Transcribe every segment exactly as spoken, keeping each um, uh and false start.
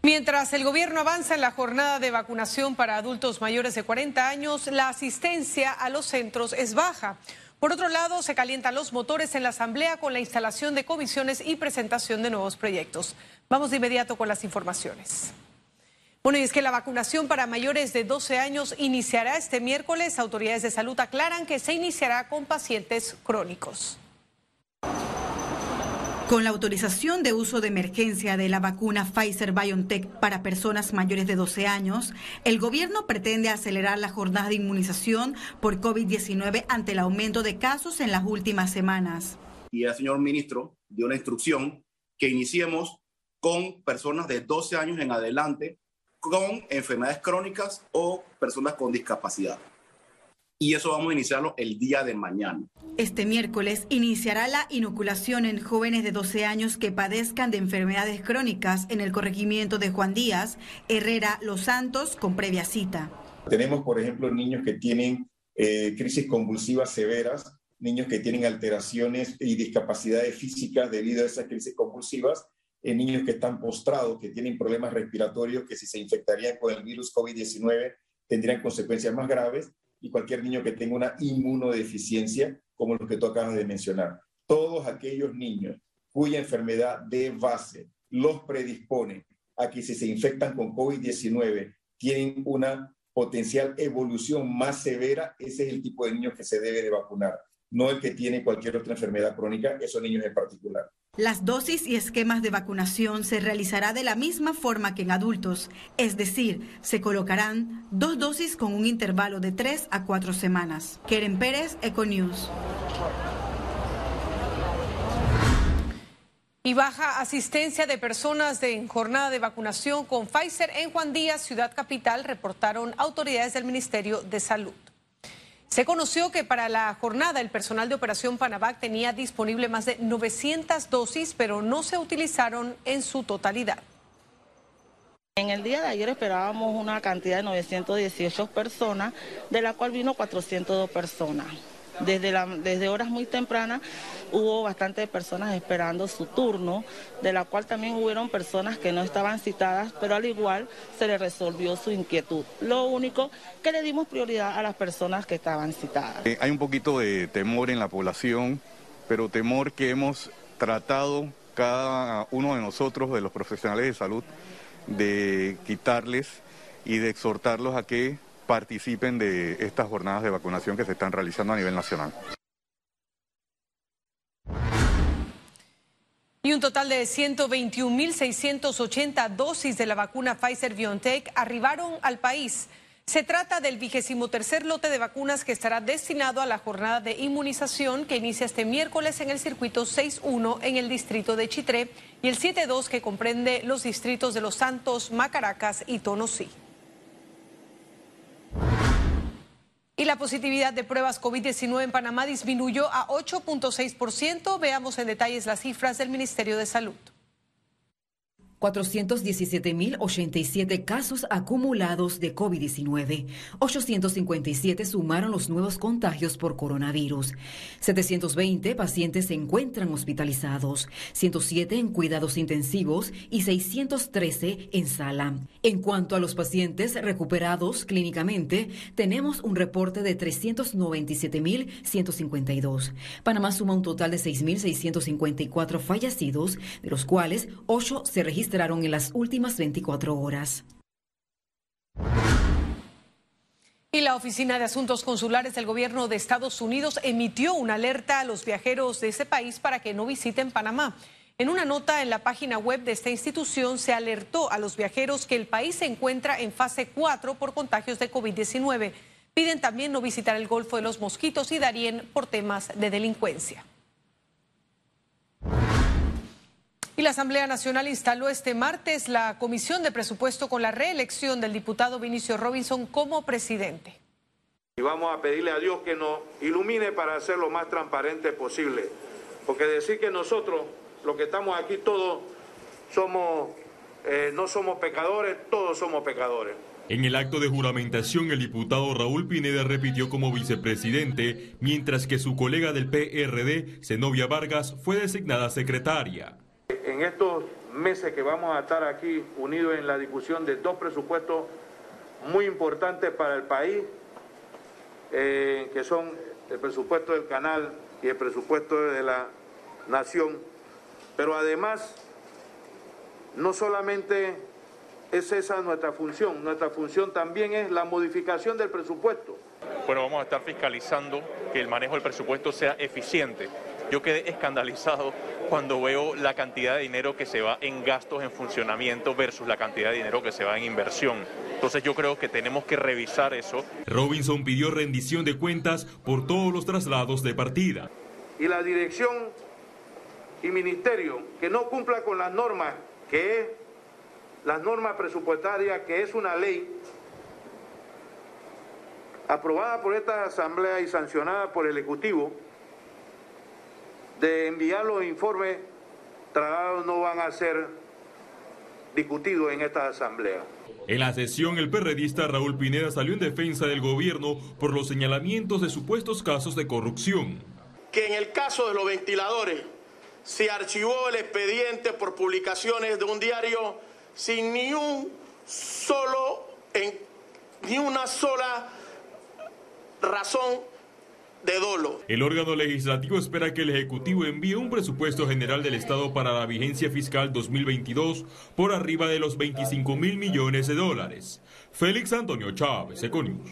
Mientras el gobierno avanza en la jornada de vacunación para adultos mayores de cuarenta años, la asistencia a los centros es baja. Por otro lado, se calientan los motores en la Asamblea con la instalación de comisiones y presentación de nuevos proyectos. Vamos de inmediato con las informaciones. Bueno, y es que la vacunación para mayores de doce años iniciará este miércoles. Autoridades de salud aclaran que se iniciará con pacientes crónicos. Con la autorización de uso de emergencia de la vacuna Pfizer-BioNTech para personas mayores de doce años, el gobierno pretende acelerar la jornada de inmunización por COVID diecinueve ante el aumento de casos en las últimas semanas. Y el señor ministro dio una instrucción que iniciemos con personas de doce años en adelante con enfermedades crónicas o personas con discapacidad. Y eso vamos a iniciarlo el día de mañana. Este miércoles iniciará la inoculación en jóvenes de doce años que padezcan de enfermedades crónicas en el corregimiento de Juan Díaz, Herrera, Los Santos, con previa cita. Tenemos, por ejemplo, niños que tienen eh, crisis convulsivas severas, niños que tienen alteraciones y discapacidades físicas debido a esas crisis convulsivas, eh, niños que están postrados, que tienen problemas respiratorios, que si se infectarían con el virus COVID diecinueve tendrían consecuencias más graves, y cualquier niño que tenga una inmunodeficiencia, como los que tú acabas de mencionar. Todos aquellos niños cuya enfermedad de base los predispone a que si se infectan con COVID diecinueve tienen una potencial evolución más severa, ese es el tipo de niños que se debe de vacunar, no el que tiene cualquier otra enfermedad crónica, esos niños en particular. Las dosis y esquemas de vacunación se realizará de la misma forma que en adultos, es decir, se colocarán dos dosis con un intervalo de tres a cuatro semanas. Keren Pérez, Econews. Y baja asistencia de personas de, en jornada de vacunación con Pfizer en Juan Díaz, ciudad capital, reportaron autoridades del Ministerio de Salud. Se conoció que para la jornada el personal de Operación Panavac tenía disponible más de novecientas dosis, pero no se utilizaron en su totalidad. En el día de ayer esperábamos una cantidad de novecientas dieciocho personas, de la cual vino cuatrocientas dos personas. Desde, la, desde horas muy tempranas hubo bastantes personas esperando su turno, de la cual también hubieron personas que no estaban citadas, pero al igual se les resolvió su inquietud. Lo único que le dimos prioridad a las personas que estaban citadas. Eh, hay un poquito de temor en la población, pero temor que hemos tratado cada uno de nosotros, de los profesionales de salud, de quitarles y de exhortarlos a que participen de estas jornadas de vacunación que se están realizando a nivel nacional. Y un total de ciento veintiún mil seiscientas ochenta dosis de la vacuna Pfizer-BioNTech arribaron al país. Se trata del vigésimo tercer lote de vacunas que estará destinado a la jornada de inmunización que inicia este miércoles en el circuito seis uno en el distrito de Chitré y el siete dos que comprende los distritos de Los Santos, Macaracas y Tonosí. Y la positividad de pruebas COVID diecinueve en Panamá disminuyó a ocho punto seis por ciento. Veamos en detalles las cifras del Ministerio de Salud. cuatrocientos diecisiete mil ochenta y siete casos acumulados de COVID diecinueve. ochocientos cincuenta y siete sumaron los nuevos contagios por coronavirus. setecientos veinte pacientes se encuentran hospitalizados, ciento siete en cuidados intensivos y seiscientos trece en sala. En cuanto a los pacientes recuperados clínicamente, tenemos un reporte de trescientos noventa y siete mil ciento cincuenta y dos. Panamá suma un total de seis mil seiscientos cincuenta y cuatro fallecidos, de los cuales ocho se registraron en las últimas veinticuatro horas. Y la Oficina de Asuntos Consulares del Gobierno de Estados Unidos emitió una alerta a los viajeros de ese país para que no visiten Panamá. En una nota en la página web de esta institución se alertó a los viajeros que el país se encuentra en fase cuatro por contagios de COVID diecinueve. Piden también no visitar el Golfo de los Mosquitos y Darién por temas de delincuencia. Y la Asamblea Nacional instaló este martes la Comisión de Presupuesto con la reelección del diputado Vinicio Robinson como presidente. Y vamos a pedirle a Dios que nos ilumine para hacer lo más transparente posible. Porque decir que nosotros, los que estamos aquí, todos somos, eh, no somos pecadores, todos somos pecadores. En el acto de juramentación, el diputado Raúl Pineda repitió como vicepresidente, mientras que su colega del P R D, Zenobia Vargas, fue designada secretaria. En estos meses que vamos a estar aquí unidos en la discusión de dos presupuestos muy importantes para el país, eh, que son el presupuesto del canal y el presupuesto de la nación. Pero además, no solamente es esa nuestra función, nuestra función también es la modificación del presupuesto. Bueno, vamos a estar fiscalizando que el manejo del presupuesto sea eficiente. Yo quedé escandalizado cuando veo la cantidad de dinero que se va en gastos en funcionamiento versus la cantidad de dinero que se va en inversión. Entonces yo creo que tenemos que revisar eso. Robinson pidió rendición de cuentas por todos los traslados de partida. Y la dirección y ministerio que no cumpla con las normas, que es las normas presupuestarias, que es una ley aprobada por esta Asamblea y sancionada por el Ejecutivo, de enviar los informes trasladados no van a ser discutidos en esta Asamblea. En la sesión, el perredista Raúl Pineda salió en defensa del gobierno por los señalamientos de supuestos casos de corrupción. Que en el caso de los ventiladores se archivó el expediente por publicaciones de un diario sin ni un solo, en, ni una sola razón de dolo. El órgano legislativo espera que el Ejecutivo envíe un presupuesto general del Estado para la vigencia fiscal dos mil veintidós por arriba de los veinticinco mil millones de dólares. Félix Antonio Chávez, Econius.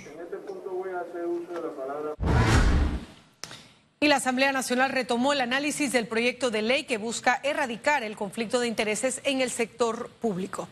Y la Asamblea Nacional retomó el análisis del proyecto de ley que busca erradicar el conflicto de intereses en el sector público.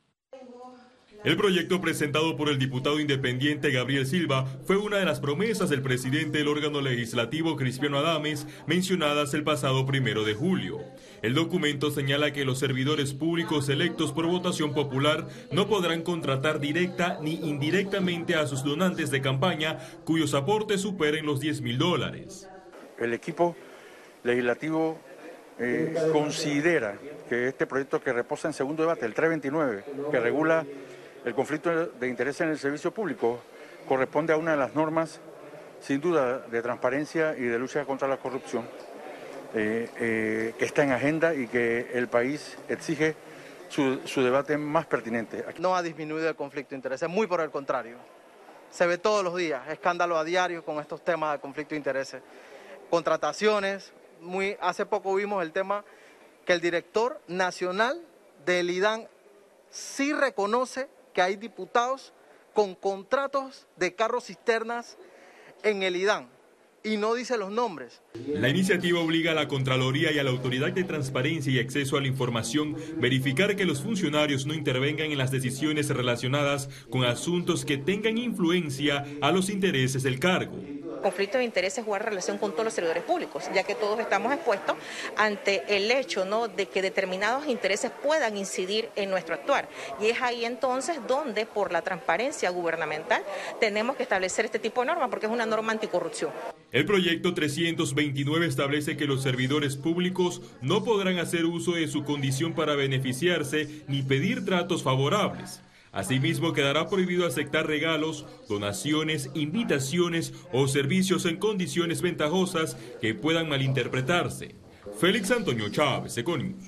El proyecto presentado por el diputado independiente Gabriel Silva fue una de las promesas del presidente del órgano legislativo Cristiano Adames mencionadas el pasado primero de julio. El documento señala que los servidores públicos electos por votación popular no podrán contratar directa ni indirectamente a sus donantes de campaña cuyos aportes superen los diez mil dólares. El equipo legislativo eh, considera que este proyecto que reposa en segundo debate, el trescientos veintinueve, que regula el conflicto de interés en el servicio público, corresponde a una de las normas, sin duda, de transparencia y de lucha contra la corrupción, eh, eh, que está en agenda y que el país exige su, su debate más pertinente. No ha disminuido el conflicto de intereses, muy por el contrario. Se ve todos los días, escándalo a diario con estos temas de conflicto de intereses. Contrataciones, muy, hace poco vimos el tema que el director nacional del I D A N sí reconoce que hay diputados con contratos de carros cisternas en el I D A N y no dice los nombres. La iniciativa obliga a la Contraloría y a la Autoridad de Transparencia y Acceso a la Información verificar que los funcionarios no intervengan en las decisiones relacionadas con asuntos que tengan influencia a los intereses del cargo. Conflicto de intereses guarda relación con todos los servidores públicos, ya que todos estamos expuestos ante el hecho, ¿no?, de que determinados intereses puedan incidir en nuestro actuar. Y es ahí entonces donde, por la transparencia gubernamental, tenemos que establecer este tipo de norma, porque es una norma anticorrupción. El proyecto trescientos veintinueve establece que los servidores públicos no podrán hacer uso de su condición para beneficiarse ni pedir tratos favorables. Asimismo, quedará prohibido aceptar regalos, donaciones, invitaciones o servicios en condiciones ventajosas que puedan malinterpretarse. Félix Antonio Chávez, Econius.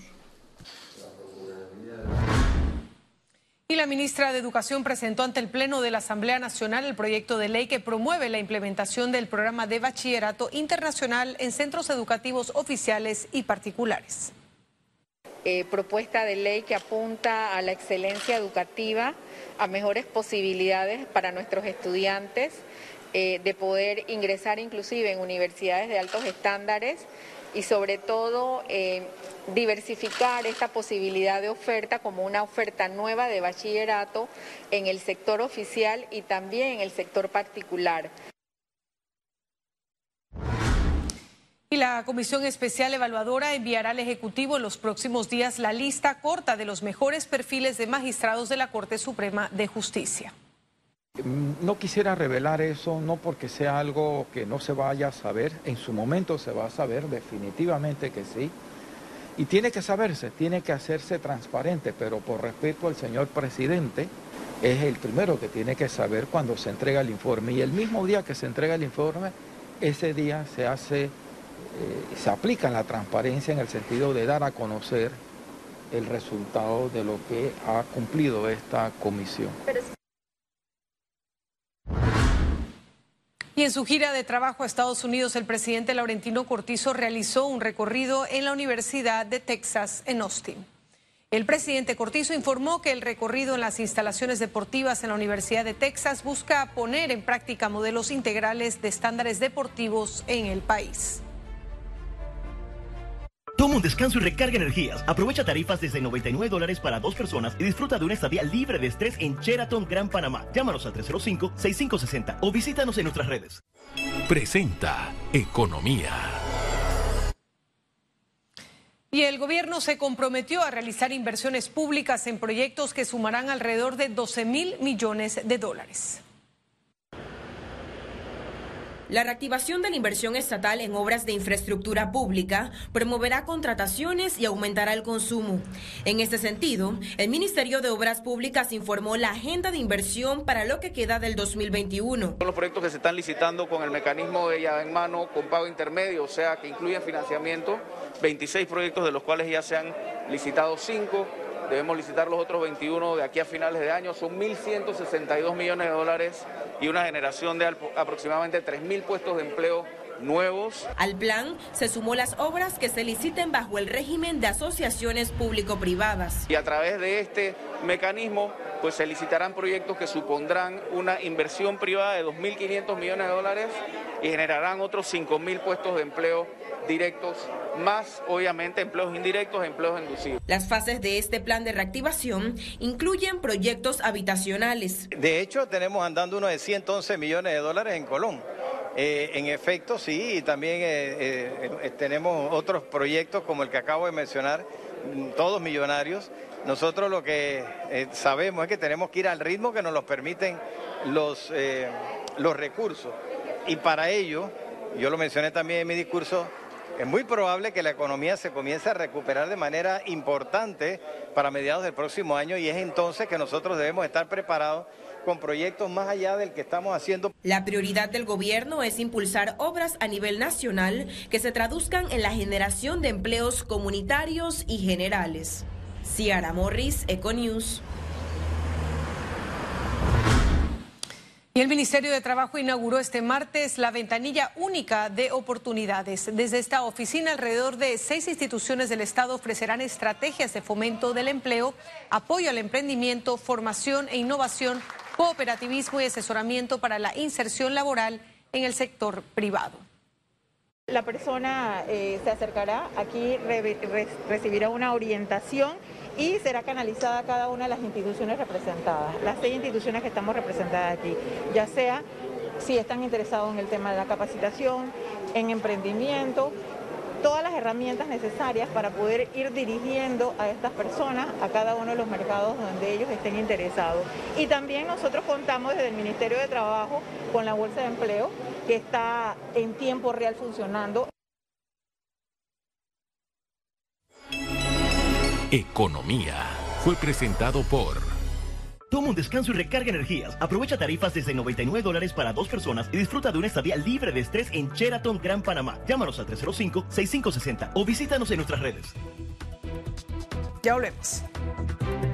Y la ministra de Educación presentó ante el Pleno de la Asamblea Nacional el proyecto de ley que promueve la implementación del programa de bachillerato internacional en centros educativos oficiales y particulares. Eh, propuesta de ley que apunta a la excelencia educativa, a mejores posibilidades para nuestros estudiantes, eh, de poder ingresar inclusive en universidades de altos estándares y sobre todo eh, diversificar esta posibilidad de oferta como una oferta nueva de bachillerato en el sector oficial y también en el sector particular. Y la Comisión Especial Evaluadora enviará al Ejecutivo en los próximos días la lista corta de los mejores perfiles de magistrados de la Corte Suprema de Justicia. No quisiera revelar eso, no porque sea algo que no se vaya a saber, en su momento se va a saber, definitivamente que sí. Y tiene que saberse, tiene que hacerse transparente, pero por respeto al señor presidente, es el primero que tiene que saber cuando se entrega el informe. Y el mismo día que se entrega el informe, ese día se hace... Eh, se aplica la transparencia en el sentido de dar a conocer el resultado de lo que ha cumplido esta comisión. Y en su gira de trabajo a Estados Unidos, el presidente Laurentino Cortizo realizó un recorrido en la Universidad de Texas en Austin. El presidente Cortizo informó que el recorrido en las instalaciones deportivas en la Universidad de Texas busca poner en práctica modelos integrales de estándares deportivos en el país. Toma un descanso y recarga energías. Aprovecha tarifas desde noventa y nueve dólares para dos personas y disfruta de una estadía libre de estrés en Sheraton Gran Panamá. Llámanos al tres cero cinco, seis cinco seis cero o visítanos en nuestras redes. Presenta Economía. Y el gobierno se comprometió a realizar inversiones públicas en proyectos que sumarán alrededor de doce mil millones de dólares. La reactivación de la inversión estatal en obras de infraestructura pública promoverá contrataciones y aumentará el consumo. En este sentido, el Ministerio de Obras Públicas informó la agenda de inversión para lo que queda del dos mil veintiuno. Son los proyectos que se están licitando con el mecanismo de llave en mano con pago intermedio, o sea, que incluyen financiamiento, veintiséis proyectos de los cuales ya se han licitado cinco. Debemos licitar los otros veintiuno de aquí a finales de año. Son mil ciento sesenta y dos millones de dólares y una generación de aproximadamente tres mil puestos de empleo nuevos. Al plan se sumó las obras que se liciten bajo el régimen de asociaciones público-privadas. Y a través de este mecanismo, pues se licitarán proyectos que supondrán una inversión privada de dos mil quinientos millones de dólares y generarán otros cinco mil puestos de empleo directos, más obviamente empleos indirectos, empleos inducidos. Las fases de este plan de reactivación incluyen proyectos habitacionales. De hecho, tenemos andando uno de ciento once millones de dólares en Colón. Eh, en efecto, sí, y también eh, eh, tenemos otros proyectos como el que acabo de mencionar, todos millonarios. Nosotros lo que eh, sabemos es que tenemos que ir al ritmo que nos lo permiten los, eh, los recursos. Y para ello, yo lo mencioné también en mi discurso, es muy probable que la economía se comience a recuperar de manera importante para mediados del próximo año y es entonces que nosotros debemos estar preparados con proyectos más allá del que estamos haciendo. La prioridad del gobierno es impulsar obras a nivel nacional que se traduzcan en la generación de empleos comunitarios y generales. Ciara Morris, Econews. Y el Ministerio de Trabajo inauguró este martes la ventanilla única de oportunidades. Desde esta oficina, alrededor de seis instituciones del Estado ofrecerán estrategias de fomento del empleo, apoyo al emprendimiento, formación e innovación, cooperativismo y asesoramiento para la inserción laboral en el sector privado. La persona eh, se acercará aquí, re, re, recibirá una orientación y será canalizada a cada una de las instituciones representadas, las seis instituciones que estamos representadas aquí, ya sea si están interesados en el tema de la capacitación, en emprendimiento, todas las herramientas necesarias para poder ir dirigiendo a estas personas a cada uno de los mercados donde ellos estén interesados. Y también nosotros contamos desde el Ministerio de Trabajo con la Bolsa de Empleo, que está en tiempo real funcionando. Economía fue presentado por... Toma un descanso y recarga energías. Aprovecha tarifas desde noventa y nueve dólares para dos personas y disfruta de una estadía libre de estrés en Sheraton Gran Panamá. Llámanos al tres cero cinco, seis cinco seis cero o visítanos en nuestras redes. Ya volvemos.